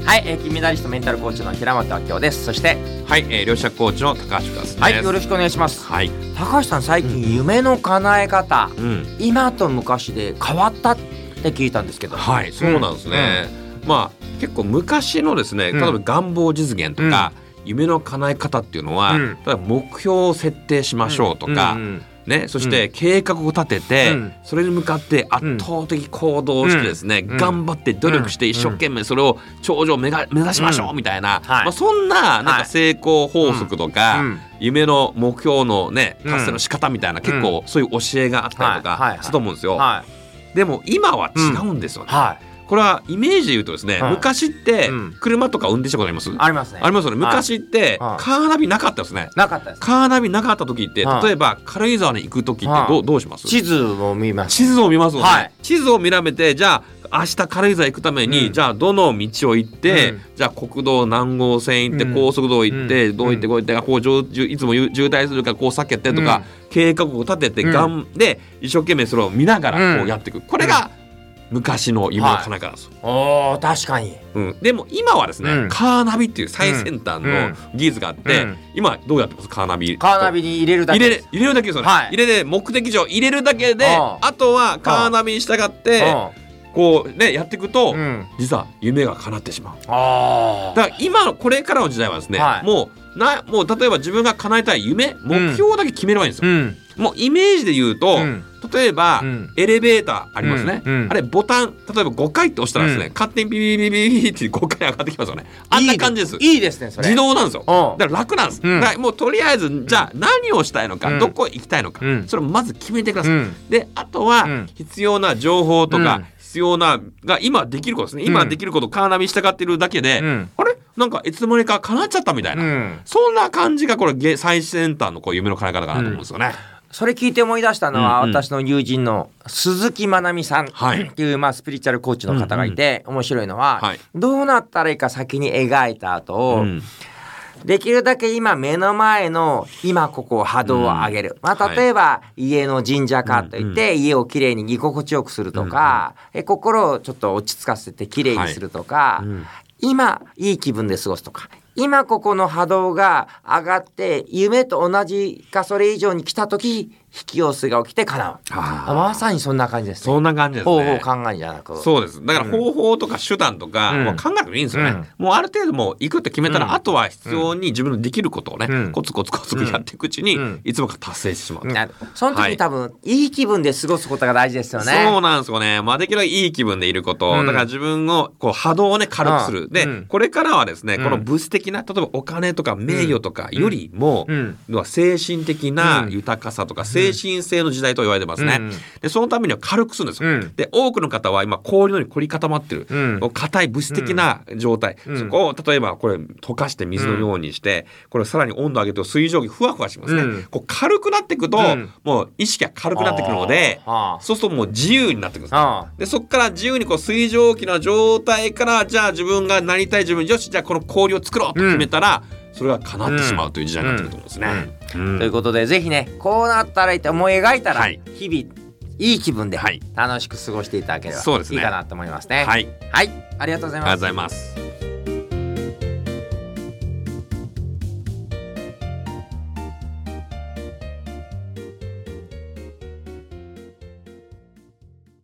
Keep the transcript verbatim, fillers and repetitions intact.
はい、えー、金メダリストメンタルコーチの平本明夫です。そしてはい、えー、両者コーチの高橋和です。 はい、よろしくお願いします。 はい、 高橋さん、最近夢の叶え方、うん、今と昔で変わったって聞いたんですけど。 はい、そうなんですね、うん、まあ結構昔のですね、例えば願望実現とか、うん、夢の叶え方っていうのは、うん、例えば目標を設定しましょうとか、うんうんうんね、そして計画を立てて、うん、それに向かって圧倒的行動してですね、うん、頑張って努力して一生懸命それを頂上を目が目指しましょうみたいな、うんまあ、そんな、なんか成功法則とか、はい、夢の目標の、ね、達成の仕方みたいな、結構そういう教えがあったりとかすると思うんですよ、はいはいはい、でも今は違うんですよね、うんはい、これはイメージで言うとですね、はい、昔って車とか運転したことあります？ ありますね。 ありますよね。昔ってカーナビなかったですね。 なかったです。 カーナビなかった時って、例えば軽井沢に行く時ってどう、どうします？ 地図を見ます。 地図を見ますよね、はい、地図を見らめて、じゃあ明日軽井沢行くために、うん、じゃあどの道を行って、うん、じゃあ国道何号線行って、うん、高速道行って、うん、どう行ってこう行って、こういつも渋滞するからこう避けてとか、うん、計画を立てて、がんで一生懸命それを見ながらこうやっていく、これが昔の夢の叶え方ですよ、 はい、おー確かに、 うん、でも今はですね、うん、カーナビっていう最先端の技術があって、うんうん、今どうやってます？カーナビカーナビに入れるだけ入れ、入れるだけですよね、はい、入れて目的地を入れるだけで、あとはカーナビに従ってこうねやっていくと、うん、実は夢が叶ってしまう。あだから今のこれからの時代はですね、はい、もうなもう例えば自分が叶えたい夢目標だけ決めればいいんですよ、うん、もうイメージで言うと、うん例えば、うん、エレベーターありますね、うんうん、あれボタン例えばごかいって押したらですね、うん、勝手にビビビビビビってごかい上がってきますよね。あんな感じです。 いいですねそれ。 自動なんですよ。だから楽なんです、うん、だからもうとりあえずじゃあ何をしたいのか、うん、どこ行きたいのか、うん、それをまず決めてください、うん、であとは必要な情報とか、うん、必要なが今できることですね。今できることをカーナビ従ってるだけで、うん、あれなんかいつの間にか叶っちゃったみたいな、うん、そんな感じがこれ最先端のこう夢の叶え方かなと思うんですよね、うんそれ聞いて思い出したのは、うんうん、私の友人の鈴木まなみさんっていう、まあ、スピリチュアルコーチの方がいて、うんうん、面白いのは、はい、どうなったらいいか先に描いた後、うん、できるだけ今目の前の今ここ波動を上げる、うんまあ、例えば、はい、家の神社かといって、うんうん、家をきれいに居心地よくするとか、うんうん、え心をちょっと落ち着かせてきれいにするとか、はいうん、今いい気分で過ごすとか今ここの波動が上がって夢と同じかそれ以上に来た時引き寄せが起きて叶う。まさにそんな感じですね。 そんな感じですね。 方法考えじゃなくそうです。だから方法とか手段とか、うん、もう考えてもいいんですよね、うん、もうある程度もう行くって決めたら、うん、あとは必要に自分のできることをね、うん、コツコツコツコツやっていくうちに、うん、いつもか達成してしまう、うん、 その時に多分、はい、いい気分で過ごすことが大事ですよね。 そうなんですよね、まあ、できるだけいい気分でいること、うん、だから自分のこう波動をね軽くする、うん、で、うん、これからはですね、うん、この物質的な例えばお金とか名誉とかよりも、うんうん、精神的な豊かさとか精神性の時代と言われてますね、うん、でそのためには軽くするんですよ、うん、で多くの方は今氷のように凝り固まってる硬、うん、い物質的な状態、うん、そこを例えばこれ溶かして水のようにして、うん、これさらに温度上げると水蒸気ふわふわしますね、うん、こう軽くなっていくと、うん、もう意識が軽くなってくるので、そうするともう自由になってくるんです、でそこから自由にこう水蒸気の状態からじゃあ自分がなりたい自分よしじゃあこの氷を作ろうと決めたら、うんそれが叶ってしまうという時代になってくると思うんですね、 うんうんうん、ということでぜひねこうなったらいいって思い描いたら、はい、日々いい気分で楽しく過ごしていただければいいかなと思いますね。 はい、 はい、ありがとうございます。 ありがとうございます。